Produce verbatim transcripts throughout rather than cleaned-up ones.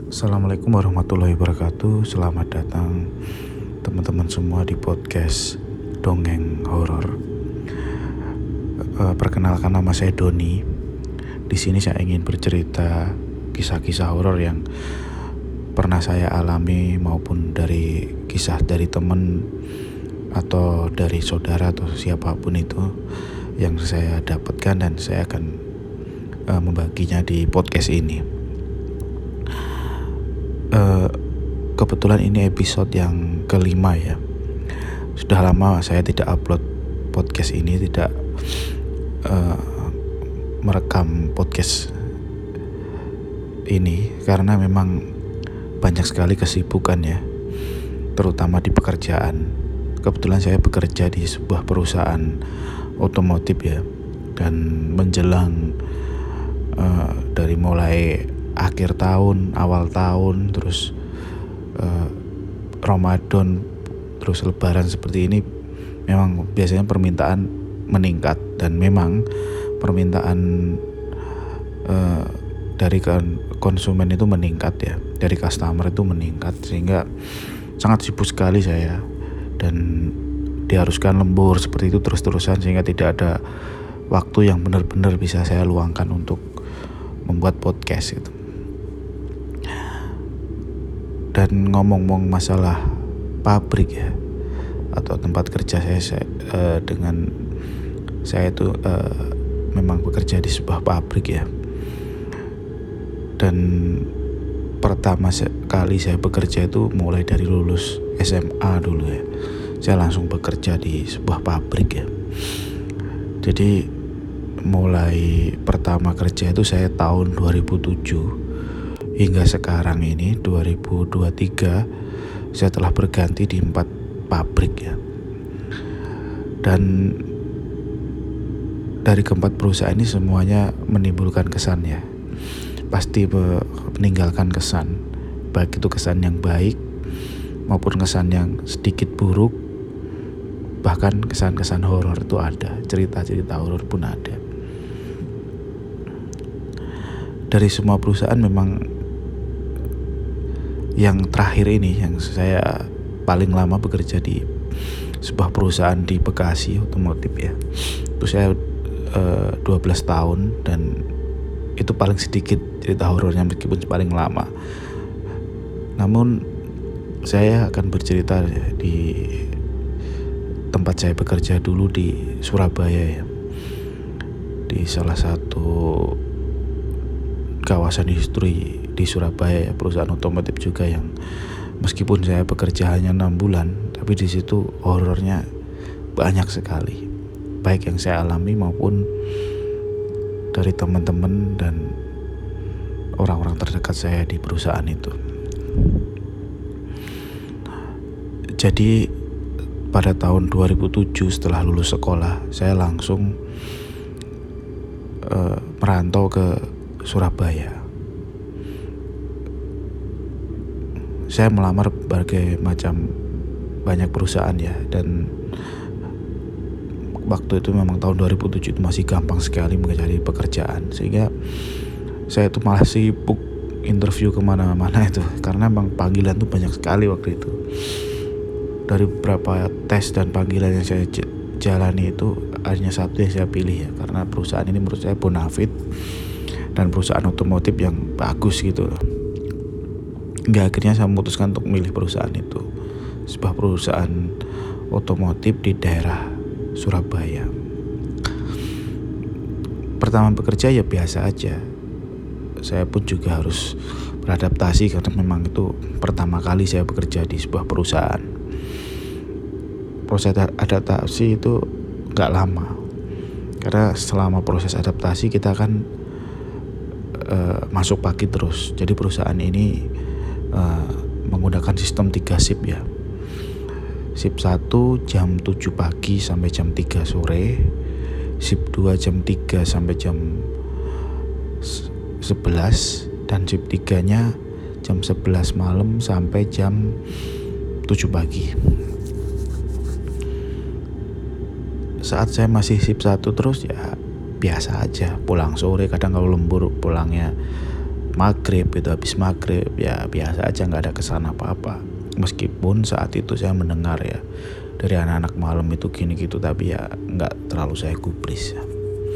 Assalamualaikum warahmatullahi wabarakatuh. Selamat datang teman-teman semua di podcast Dongeng Horor. E, perkenalkan, nama saya Doni. Di sini saya ingin bercerita kisah-kisah horor yang pernah saya alami, maupun dari kisah dari teman atau dari saudara atau siapapun itu yang saya dapatkan, dan saya akan e, membaginya di podcast ini. Uh, kebetulan ini episode yang kelima ya. Sudah lama saya tidak upload podcast ini, tidak uh, merekam podcast ini karena memang banyak sekali kesibukan ya, terutama di pekerjaan. Kebetulan saya bekerja di sebuah perusahaan otomotif ya, dan menjelang uh, dari mulai akhir tahun, awal tahun, terus uh, Ramadan, terus Lebaran seperti ini, memang biasanya permintaan meningkat, dan memang permintaan uh, dari konsumen itu meningkat ya, dari customer itu meningkat, sehingga sangat sibuk sekali saya, dan diharuskan lembur seperti itu terus-terusan, sehingga tidak ada waktu yang benar-benar bisa saya luangkan untuk membuat podcast gitu. Dan ngomong-ngomong masalah pabrik ya, atau tempat kerja saya, saya uh, dengan saya itu uh, memang bekerja di sebuah pabrik ya. Dan pertama kali saya bekerja itu mulai dari lulus S M A dulu ya. Saya langsung bekerja di sebuah pabrik ya. Jadi mulai pertama kerja itu saya tahun dua ribu tujuh. Hingga sekarang ini dua ribu dua puluh tiga, saya telah berganti di empat pabrik ya. Dan dari keempat perusahaan ini semuanya menimbulkan kesan ya, pasti meninggalkan kesan, baik itu kesan yang baik maupun kesan yang sedikit buruk. Bahkan kesan-kesan horor itu ada, cerita-cerita horor pun ada. Dari semua perusahaan, memang yang terakhir ini yang saya paling lama bekerja di sebuah perusahaan di Bekasi otomotif ya. Itu saya uh, dua belas tahun, dan itu paling sedikit cerita horornya meskipun paling lama. Namun saya akan bercerita di tempat saya bekerja dulu di Surabaya ya, di salah satu kawasan industri di Surabaya ya, perusahaan otomotif juga, yang meskipun saya bekerja hanya enam bulan, tapi di situ horornya banyak sekali, baik yang saya alami maupun dari teman-teman dan orang-orang terdekat saya di perusahaan itu. Jadi pada tahun dua ribu tujuh, setelah lulus sekolah, saya langsung uh, merantau ke Surabaya. Saya melamar berbagai macam banyak perusahaan ya, dan waktu itu memang tahun dua ribu tujuh itu masih gampang sekali mencari pekerjaan, sehingga saya itu malah sibuk interview kemana-mana itu, karena memang panggilan tuh banyak sekali waktu itu. Dari beberapa tes dan panggilan yang saya j- jalani itu, hanya satu yang saya pilih ya, karena perusahaan ini menurut saya bonafit dan perusahaan otomotif yang bagus gitu loh. Hingga akhirnya saya memutuskan untuk memilih perusahaan itu, sebuah perusahaan otomotif di daerah Surabaya. Pertama bekerja ya biasa aja, saya pun juga harus beradaptasi karena memang itu pertama kali saya bekerja di sebuah perusahaan. Proses adaptasi itu gak lama, karena selama proses adaptasi kita kan uh, masuk pagi terus. Jadi perusahaan ini uh, menggunakan sistem tiga shift ya. Shift satu jam tujuh pagi sampai jam tiga sore, shift dua jam tiga sampai jam sebelas, dan shift tiga nya jam sebelas malam sampai jam tujuh pagi. Saat saya masih shift satu terus ya biasa aja, pulang sore, kadang kalau lembur pulangnya maghrib itu, habis maghrib ya biasa aja, nggak ada kesan apa-apa. Meskipun saat itu saya mendengar ya dari anak-anak malam itu gini gitu, tapi ya nggak terlalu saya gubris ya.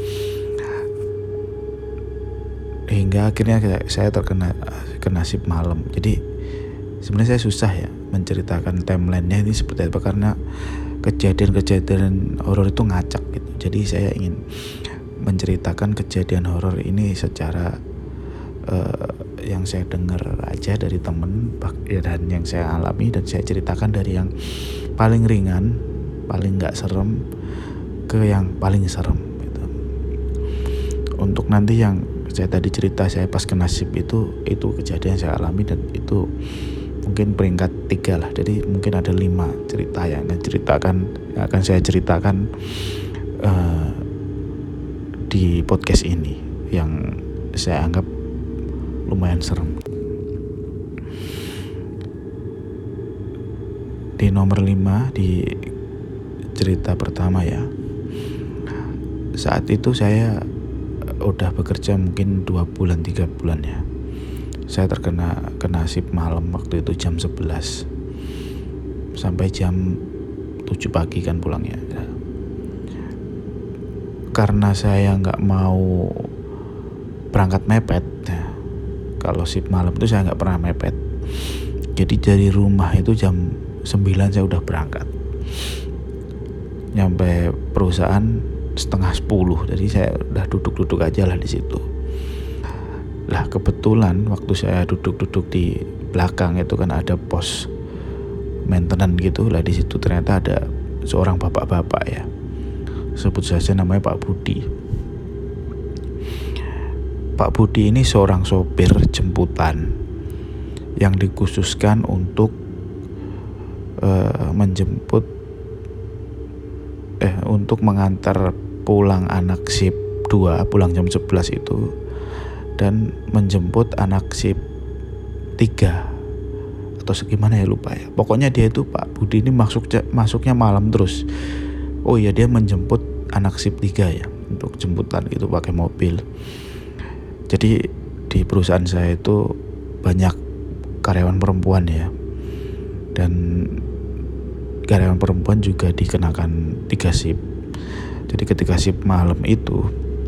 Hingga akhirnya saya terkena kena nasib malam. Jadi sebenarnya saya susah ya menceritakan timelinenya ini seperti apa, karena kejadian-kejadian horor itu ngacak gitu. Jadi saya ingin menceritakan kejadian horor ini secara uh, yang saya dengar aja dari temen dan yang saya alami, dan saya ceritakan dari yang paling ringan, paling nggak serem ke yang paling serem gitu. Untuk nanti yang saya tadi cerita saya pas kena nasib itu, itu kejadian saya alami dan itu mungkin peringkat tiga lah. Jadi mungkin ada lima cerita yang akan ceritakan, yang akan saya ceritakan uh, di podcast ini yang saya anggap lumayan serem. Di nomor lima, di cerita pertama ya, saat itu saya udah bekerja mungkin dua bulan tiga bulan ya. Saya terkena kena nasib malam waktu itu jam sebelas sampai jam tujuh pagi kan pulangnya ya. Karena saya gak mau berangkat mepet ya. Kalau shift malam itu saya gak pernah mepet. Jadi dari rumah itu jam sembilan saya udah berangkat, nyampe perusahaan setengah sepuluh. Jadi saya udah duduk-duduk aja lah di situ. Lah kebetulan waktu saya duduk-duduk di belakang itu kan ada pos maintenance gitu lah. Di situ ternyata ada seorang bapak-bapak ya, sebut saja namanya Pak Budi. Pak Budi ini seorang sopir jemputan yang dikhususkan untuk uh, menjemput eh untuk mengantar pulang anak shift dua, pulang jam sebelas itu, dan menjemput anak shift tiga atau segimana ya lupa ya. Pokoknya dia itu Pak Budi ini masuk masuknya malam terus. Oh iya, dia menjemput anak shift tiga ya, untuk jemputan itu pakai mobil. Jadi di perusahaan saya itu banyak karyawan perempuan ya, dan karyawan perempuan juga dikenakan tiga shift. Jadi ketika shift malam itu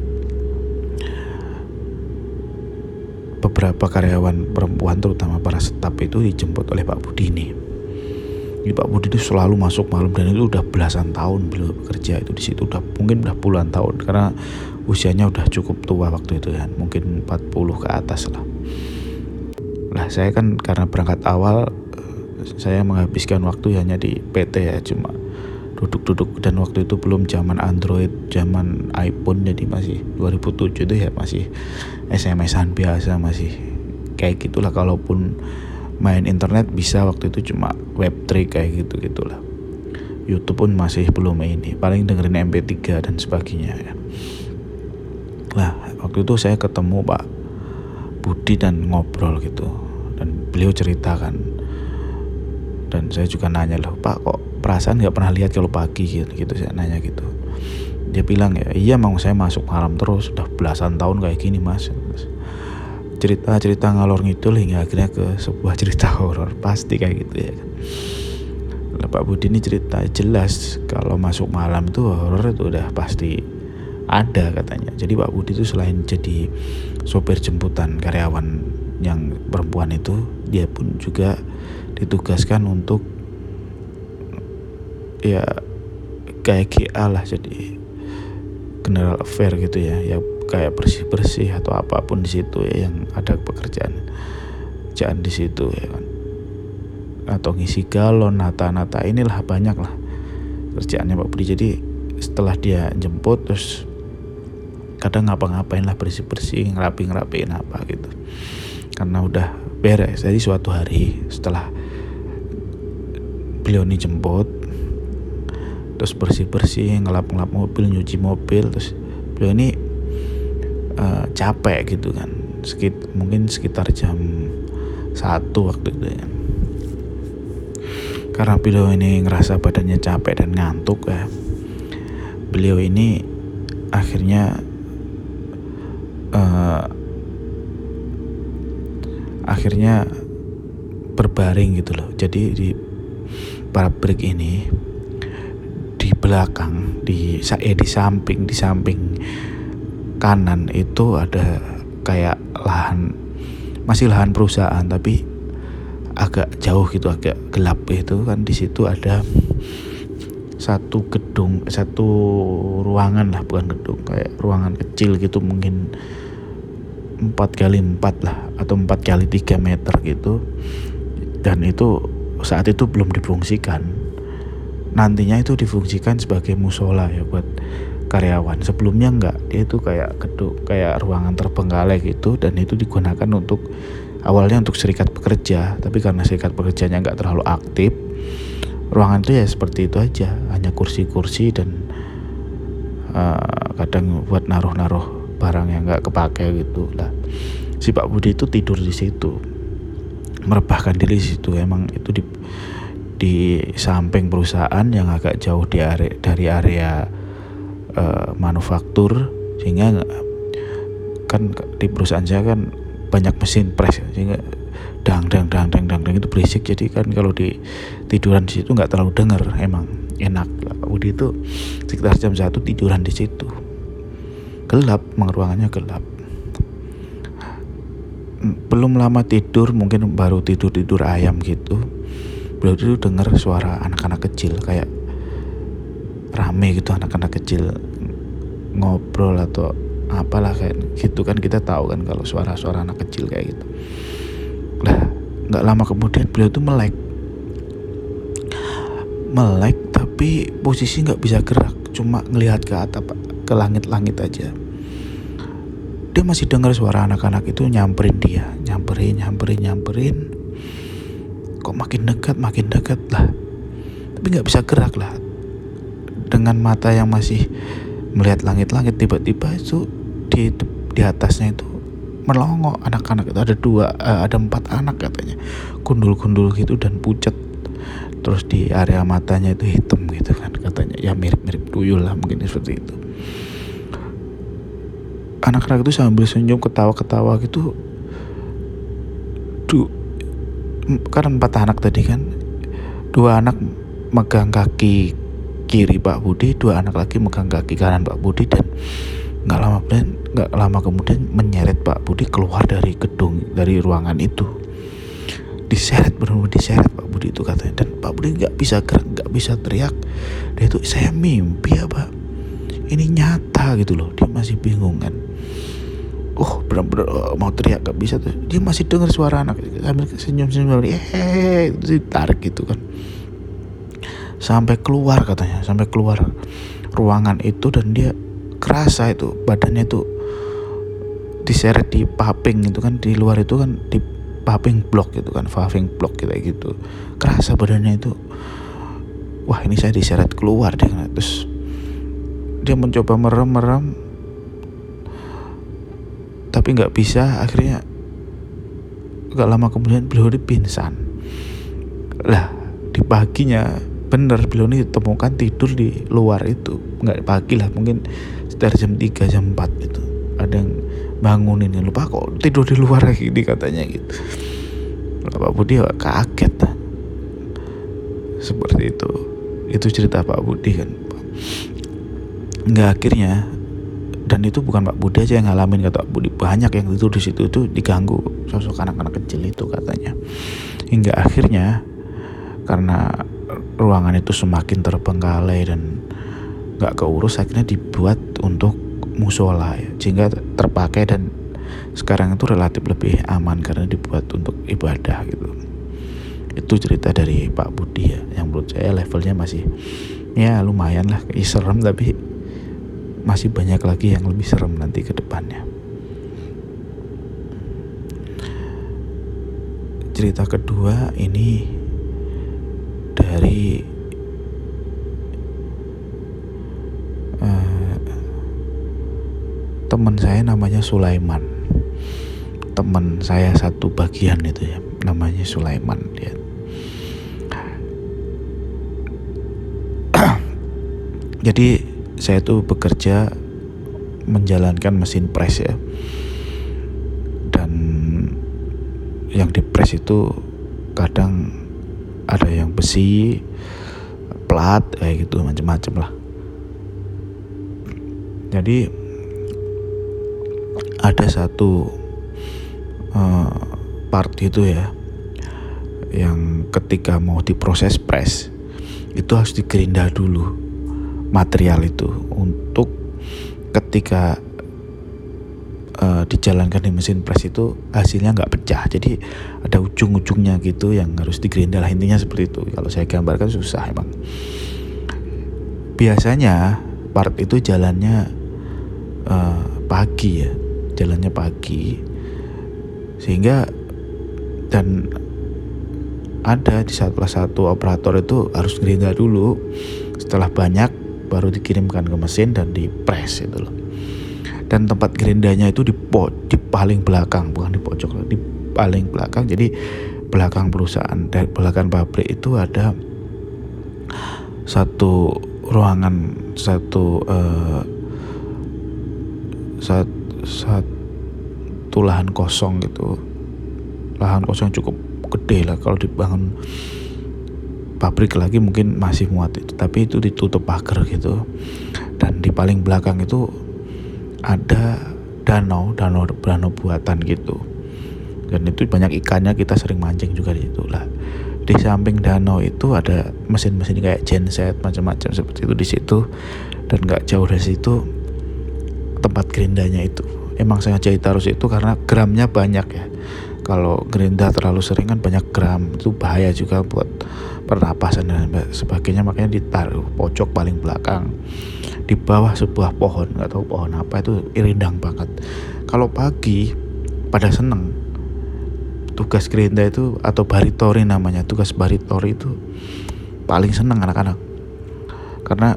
beberapa karyawan perempuan terutama para staf itu dijemput oleh Pak Budi ini. Jadi Pak Budi itu selalu masuk malam, dan itu udah belasan tahun beliau bekerja itu di situ, udah mungkin udah puluhan tahun karena usianya udah cukup tua waktu itu kan, mungkin empat puluh ke atas lah. Lah saya kan karena berangkat awal, saya menghabiskan waktu hanya di P T ya, cuma duduk-duduk, dan waktu itu belum zaman Android, zaman iPhone, jadi masih dua ribu tujuh itu ya masih S M S-an biasa, masih kayak gitulah. Kalaupun main internet bisa waktu itu cuma web trick kayak gitu-gitulah. YouTube pun masih belum ini, paling dengerin M P tiga dan sebagainya ya. Lah waktu itu saya ketemu Pak Budi dan ngobrol gitu, dan beliau ceritakan, dan saya juga nanya, loh Pak, kok perasaan nggak pernah lihat kalau pagi gitu, gitu saya nanya gitu. Dia bilang ya, iya mau saya masuk malam terus, udah belasan tahun kayak gini mas. Cerita-cerita ngalor ngidul hingga akhirnya ke sebuah cerita horor, pasti kayak gitu ya kan. Lah Pak Budi ini cerita jelas kalau masuk malam itu horor itu udah pasti ada katanya. Jadi Pak Budi itu selain jadi sopir jemputan karyawan yang perempuan itu, dia pun juga ditugaskan untuk ya kayak G A lah, jadi general affair gitu ya, ya kayak bersih-bersih atau apapun di situ ya, yang ada pekerjaan pekerjaan di situ ya kan, atau ngisi galon, nata-nata, inilah banyak lah kerjaannya Pak Budi. Jadi setelah dia jemput terus kadang ngapa-ngapain lah, bersih-bersih, ngerapi-ngerapiin apa gitu, karena udah beres. Jadi suatu hari setelah beliau ini jemput, terus bersih-bersih, ngelap-ngelap mobil, nyuci mobil, terus beliau ini uh, capek gitu kan, Sekit, mungkin sekitar jam satu waktu itu ya. Karena beliau ini ngerasa badannya capek dan ngantuk ya, beliau ini akhirnya uh, akhirnya berbaring gitu loh. Jadi di pabrik ini di belakang, di eh, di samping di samping kanan itu ada kayak lahan, masih lahan perusahaan tapi agak jauh gitu, agak gelap itu kan. Di situ ada satu gedung, satu ruangan lah, bukan gedung, kayak ruangan kecil gitu, mungkin empat kali empat lah atau empat kali tiga meter gitu. Dan itu saat itu belum difungsikan. Nantinya itu difungsikan sebagai musola ya buat karyawan. Sebelumnya enggak, dia itu kayak gedung, kayak ruangan terbengkalai gitu, dan itu digunakan untuk awalnya untuk serikat pekerja, tapi karena serikat pekerjanya enggak terlalu aktif, ruangan itu ya seperti itu aja, hanya kursi-kursi dan uh, kadang buat naruh-naruh barang yang enggak kepake gitu lah. Si Pak Budi itu tidur di situ, merebahkan diri di situ. Emang itu di di samping perusahaan yang agak jauh di area, dari area uh, manufaktur, sehingga kan di perusahaan saya kan banyak mesin press, sehingga dang dang dang dang dang dang itu berisik. Jadi kan kalau di tiduran di situ nggak terlalu dengar, emang enak. Pak Budi itu sekitar jam satu tiduran di situ, gelap, emang ruangannya gelap. Belum lama tidur, mungkin baru tidur tidur ayam gitu, beliau itu dengar suara anak-anak kecil, kayak rame gitu, anak-anak kecil ngobrol atau apalah kayak gitu kan. Kita tahu kan kalau suara-suara anak kecil kayak gitu. Lah nggak lama kemudian beliau tuh melek melek tapi posisi nggak bisa gerak, cuma ngelihat ke atas, ke langit-langit aja. Dia masih dengar suara anak-anak itu nyamperin dia, nyamperin, nyamperin, nyamperin. Kok makin dekat, makin dekat lah, tapi nggak bisa gerak lah. Dengan mata yang masih melihat langit-langit, tiba-tiba itu di di atasnya itu melongo anak-anak itu. Ada dua, uh, ada empat anak katanya, gundul-gundul gitu dan pucat. Terus di area matanya itu hitam gitu kan katanya, ya mirip-mirip tuyul lah mungkin seperti itu. Anak-anak itu sambil senyum, ketawa-ketawa gitu. Duh, kan empat anak tadi kan, dua anak megang kaki kiri Pak Budi, dua anak lagi megang kaki kanan Pak Budi, dan nggak lama nggak lama kemudian menyeret Pak Budi keluar dari gedung, dari ruangan itu. Diseret, benar-benar diseret Pak Budi itu katanya. Dan Pak Budi nggak bisa gerak, nggak bisa teriak. Dia itu, saya mimpi ya Pak, ini nyata gitu loh. Dia masih bingung kan. Oh benar-benar oh, mau teriak gak bisa tuh. Dia masih dengar suara anak sambil senyum-senyum, eh ditarik gitu kan, sampai keluar katanya, sampai keluar ruangan itu. Dan dia kerasa itu badannya itu diseret di paving itu kan, di luar itu kan di paving block gitu kan, paving block kayak gitu. Kerasa badannya itu, wah ini saya diseret keluar deh. Terus dia mencoba merem-merem tapi nggak bisa. Akhirnya nggak lama kemudian beliau ini pingsan. Lah di paginya bener beliau ini ditemukan tidur di luar itu. Nggak pagi lah, mungkin sekitar jam tiga jam empat gitu. Ada yang bangunin, lupa kok tidur di luar gini katanya gitu. Pak Budi kaget seperti itu. Itu cerita Pak Budi kan. Nggak, akhirnya, dan itu bukan Pak Budi aja yang ngalamin kata Pak Budi, banyak yang tidur di situ tuh diganggu sosok anak-anak kecil itu katanya. Hingga akhirnya karena ruangan itu semakin terbengkalai dan nggak keurus, akhirnya dibuat untuk musola ya, sehingga terpakai dan sekarang itu relatif lebih aman karena dibuat untuk ibadah gitu. Itu cerita dari Pak Budi ya, yang menurut saya levelnya masih ya lumayan lah, serem, tapi masih banyak lagi yang lebih serem nanti ke depannya. Cerita kedua ini dari uh, teman saya namanya Sulaiman. Teman saya satu bagian itu ya, namanya Sulaiman dia. Jadi saya tuh bekerja menjalankan mesin press ya, dan yang dipres itu kadang ada yang besi, plat, kayak gitu macam-macam lah. Jadi ada satu uh, part itu ya, yang ketika mau diproses press itu harus digerinda dulu material itu untuk ketika uh, dijalankan di mesin press itu hasilnya nggak pecah. Jadi ada ujung-ujungnya gitu yang harus digerinda lah, intinya seperti itu. Kalau saya gambarkan susah emang. Biasanya part itu jalannya uh, pagi ya, jalannya pagi sehingga dan ada di salah satu operator itu harus gerinda dulu, setelah banyak baru dikirimkan ke mesin dan dipres itu loh. Dan tempat gerindanya itu di, po, di paling belakang, bukan di pojok, di paling belakang. Jadi belakang perusahaan, dari belakang pabrik itu ada satu ruangan, satu uh, satu, satu lahan kosong gitu, lahan kosong cukup gede lah. Kalau dibangun pabrik lagi mungkin masih muat itu, tapi itu ditutup pagar gitu. Dan di paling belakang itu ada danau, danau danau buatan gitu. Dan itu banyak ikannya, kita sering mancing juga di situ lah. Di samping danau itu ada mesin-mesin kayak genset macam-macam seperti itu di situ. Dan nggak jauh dari situ tempat gerindanya itu. Emang sengaja ditaruh situ karena gramnya banyak ya. Kalau gerinda terlalu sering kan banyak gram, itu bahaya juga buat pernapasan dan sebagainya. Makanya ditaruh pojok paling belakang di bawah sebuah pohon, nggak tahu pohon apa itu, rindang banget. Kalau pagi pada seneng tugas gerinda itu, atau baritori namanya, tugas baritori itu paling seneng anak-anak karena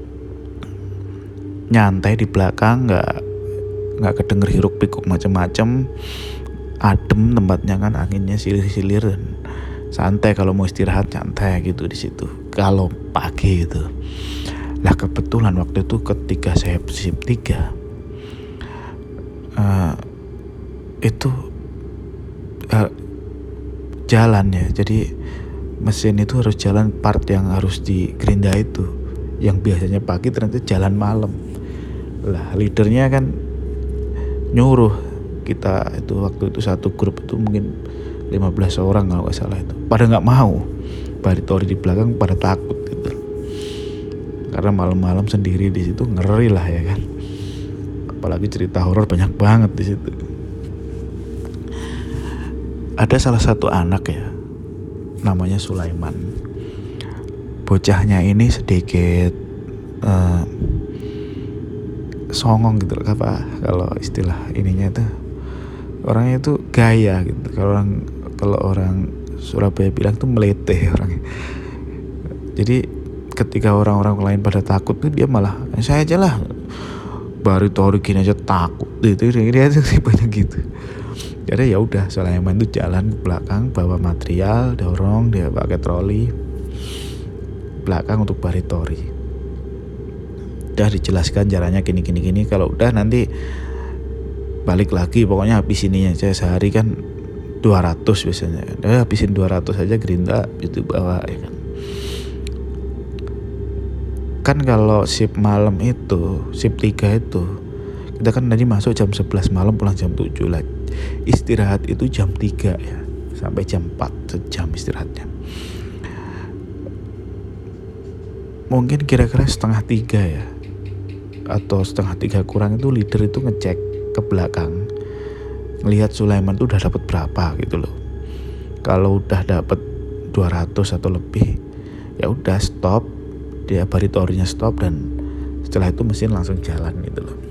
nyantai di belakang, nggak nggak kedenger hiruk pikuk macam-macam, adem tempatnya kan, anginnya silir-silir dan santai. Kalau mau istirahat santai gitu di situ kalau pagi gitu. Lah kebetulan waktu itu ketika saya shift tiga uh, itu uh, jalan ya, jadi mesin itu harus jalan, part yang harus digerinda itu yang biasanya pagi ternyata jalan malam. Lah leadernya kan nyuruh kita itu, waktu itu satu grup itu mungkin lima belas orang kalau nggak salah, itu pada nggak mau, baritori di belakang pada takut gitu, karena malam-malam sendiri di situ ngeri lah ya kan, apalagi cerita horor banyak banget di situ. Ada salah satu anak ya, namanya Sulaiman. Bocahnya ini sedikit uh, songong gitu loh, apa kalau istilah ininya itu, orangnya itu gaya gitu. Kalau orang kalau orang Surabaya bilang tuh melete orangnya. Jadi ketika orang-orang lain pada takut tuh dia malah, saya aja lah baritori gini aja takut gitu, dia tuh banyak gitu. Jadi ya udah, Sulaiman itu jalan ke belakang bawa material, dorong, dia pakai troli belakang untuk baritori. Udah dijelaskan caranya gini gini gini, kalau udah nanti balik lagi, pokoknya habis ininya aja. Sehari kan dua ratus biasanya, udah habisin dua ratus aja gerinda itu bawa ya kan. Kan kalau shift malam itu, shift tiga itu kita kan tadi masuk jam sebelas malam, pulang jam tujuh lah. Istirahat itu jam tiga ya, sampai jam empat, sejam istirahatnya. Mungkin kira-kira setengah tiga ya, atau setengah tiga kurang itu leader itu ngecek ke belakang, ngelihat Sulaiman tuh udah dapat berapa gitu loh. Kalau udah dapat dua ratus atau lebih, ya udah stop, dia baritorinya stop, dan setelah itu mesin langsung jalan gitu loh.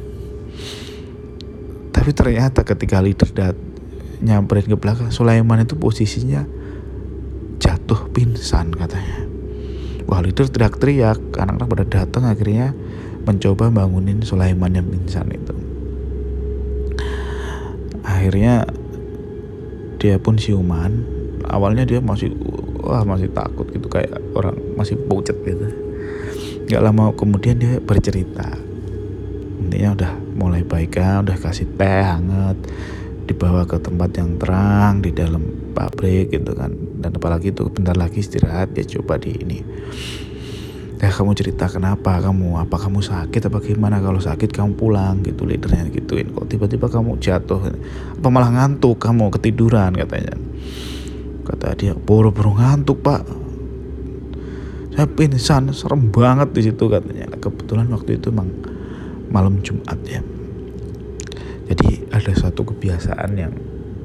Tapi ternyata ketika leader dat nyamperin ke belakang, Sulaiman itu posisinya jatuh pingsan katanya. Wah, leader teriak-teriak, anak-anak pada datang, akhirnya mencoba bangunin Sulaiman yang pingsan itu. Akhirnya dia pun siuman. Awalnya dia masih wah masih takut gitu, kayak orang masih pucet gitu. Gak lama kemudian dia bercerita, intinya udah mulai baikan, udah kasih teh hangat, dibawa ke tempat yang terang di dalam pabrik gitu kan. Dan apalagi itu bentar lagi istirahat, dia coba di ini, ya kamu cerita kenapa kamu, apa kamu sakit apa gimana, kalau sakit kamu pulang gitu, leadernya gituin. Kok tiba-tiba kamu jatuh, apa malah ngantuk kamu, ketiduran katanya. Kata dia, boro-boro ngantuk pak, saya pingsan, serem banget di situ katanya. Kebetulan waktu itu emang malam Jumat ya. Jadi ada satu kebiasaan yang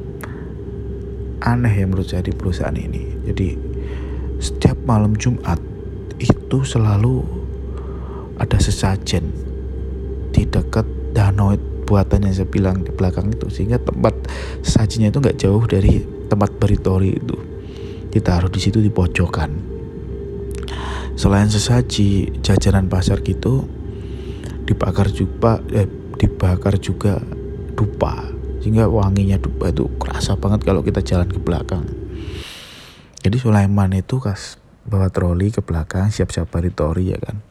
aneh ya menurut saya di perusahaan ini. Jadi setiap malam Jumat itu selalu ada sesajen di dekat danau buatan yang saya bilang di belakang itu, sehingga tempat sesajinya itu nggak jauh dari tempat baritori itu, ditaruh di situ di pojokan. Selain sesaji jajanan pasar gitu, dibakar juga eh, dibakar juga dupa, sehingga wanginya dupa itu kerasa banget kalau kita jalan ke belakang. Jadi Sulaiman itu kas bawa troli ke belakang siap-siap baritori ya kan.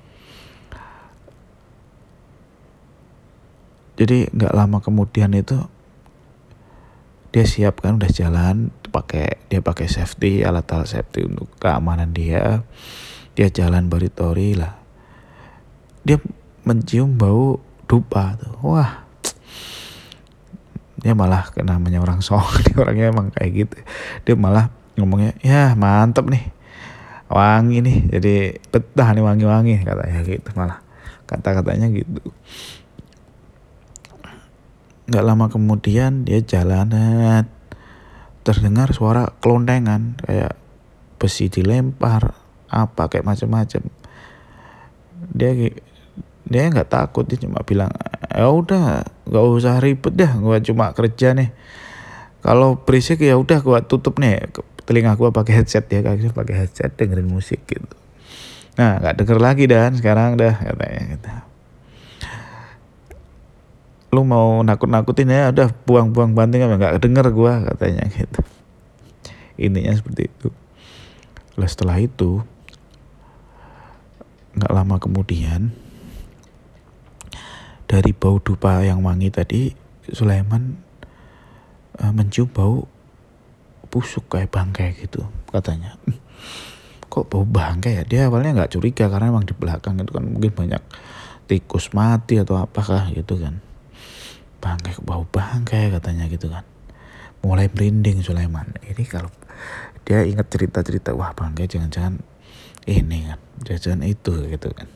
Jadi nggak lama kemudian itu dia siap kan, udah jalan, pakai dia pakai safety, alat-alat safety untuk keamanan dia. Dia jalan baritori lah, dia mencium bau dupa tuh. Wah, dia malah namanya orang Song, dia orangnya emang kayak gitu. Dia malah ngomongnya, ya mantep nih, wangi nih, jadi betah nih wangi-wangi katanya gitu. Malah kata-katanya gitu. Gak lama kemudian dia jalan, terdengar suara kelontengan, kayak besi dilempar apa kayak macam-macam. Dia dia nggak takut, dia cuma bilang, ya udah nggak usah ribet dah, gua cuma kerja nih, kalau berisik ya udah gua tutup nih telinga gua pakai headset. Ya kayak pakai headset dengerin musik gitu. Nah nggak denger lagi dan sekarang dah katanya gitu. Lu mau nakut-nakutin ya udah buang-buang banting, nggak denger gua katanya gitu. Intinya seperti itu. Lah setelah itu nggak lama kemudian, dari bau dupa yang wangi tadi, Sulaiman uh, mencium bau busuk kayak bangkai gitu katanya. Kok bau bangkai ya? Dia awalnya nggak curiga karena emang di belakang itu kan mungkin banyak tikus mati atau apakah gitu kan. Bangkai, bau bangkai katanya gitu kan. Mulai merinding Sulaiman. Ini kalau dia ingat cerita-cerita, wah bangkai jangan-jangan ini kan, jajan itu gitu kan.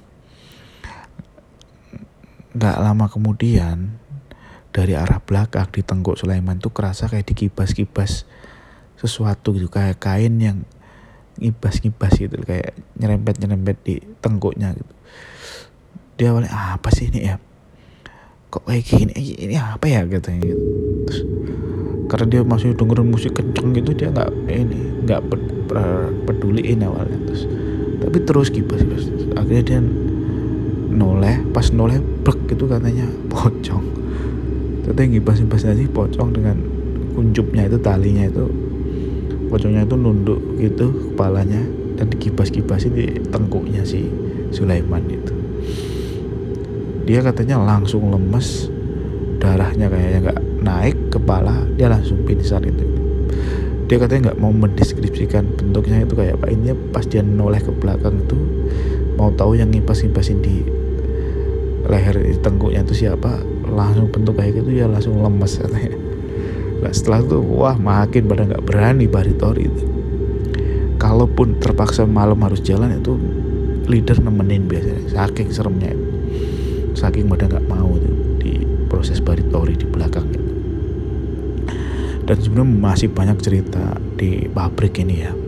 Gak lama kemudian dari arah belakang di tenggok Sulaiman tuh kerasa kayak dikibas-kibas sesuatu gitu, kayak kain yang ngibas-ngibas gitu, kayak nyerempet-nyerempet di tenggoknya gitu. Dia awalnya, ah, apa sih ini ya, kok kayak gini, ini apa ya katanya gitu. Terus karena dia masih dengerin musik kenceng gitu, dia nggak ini nggak peduliin awalnya. Terus tapi terus kibas-kibas, akhirnya dia noleh, pas noleh brek gitu katanya pocong. Ternyata yang ngibas-ngibas tadi pocong dengan kuncupnya itu, talinya itu, pocongnya itu nunduk gitu kepalanya dan dikibas-kibasin di tengkuknya si Sulaiman itu. Dia katanya langsung lemes, darahnya kayaknya nggak naik kepala, dia langsung pingsan itu. Dia katanya nggak mau mendeskripsikan bentuknya itu kayak apa. Ini pas dia noleh ke belakang itu, mau tahu yang ngibas-ngibasin di leher di tengkuknya itu siapa, langsung bentuk kayak gitu, ya langsung lemes katanya. Nah, setelah itu wah makin pada nggak berani baritori itu. Kalaupun terpaksa malam harus jalan itu leader nemenin biasanya, saking seremnya itu. Saking pada nggak mau itu di proses baritori di belakang itu. Dan sebenarnya masih banyak cerita di pabrik ini ya.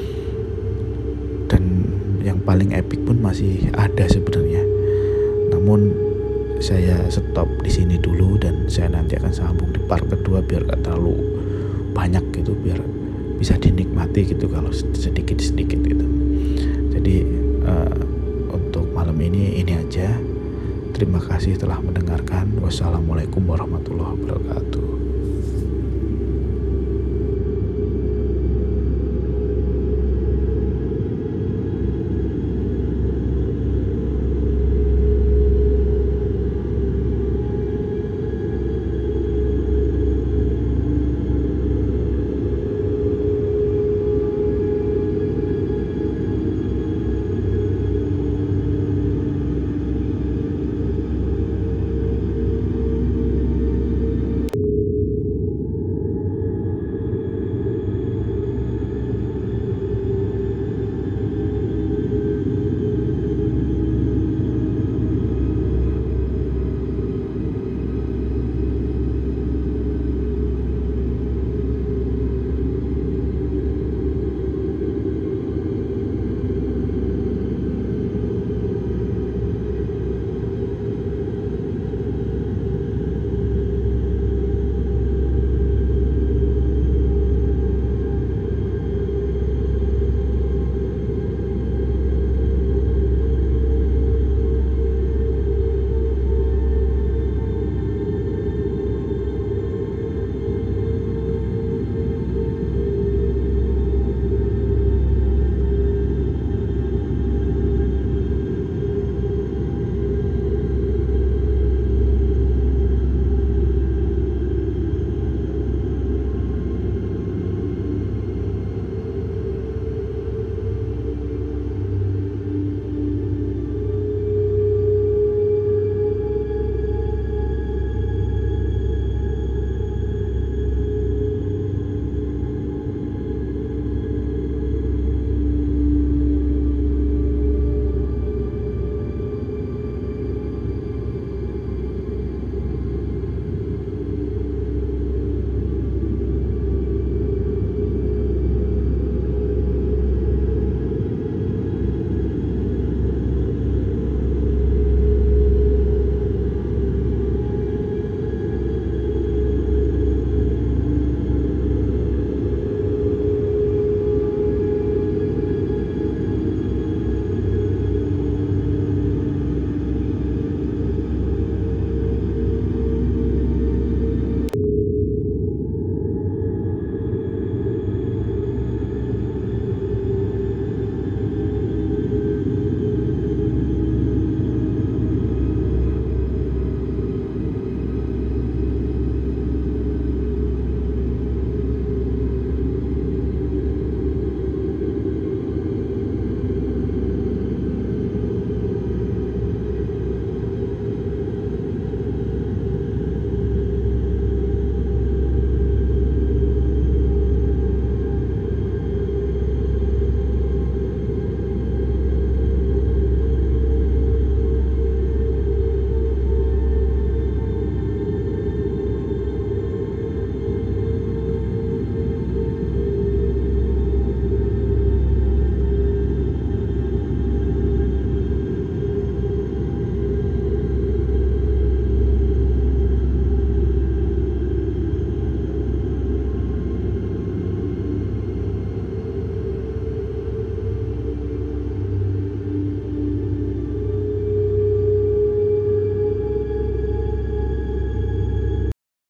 Dan yang paling epic pun masih ada sebenarnya. Namun saya stop di sini dulu dan saya nanti akan sambung di part kedua biar gak terlalu banyak gitu, biar bisa dinikmati gitu kalau sedikit-sedikit gitu. Jadi uh, untuk malam ini ini aja. Terima kasih telah mendengarkan. Wassalamualaikum warahmatullahi wabarakatuh.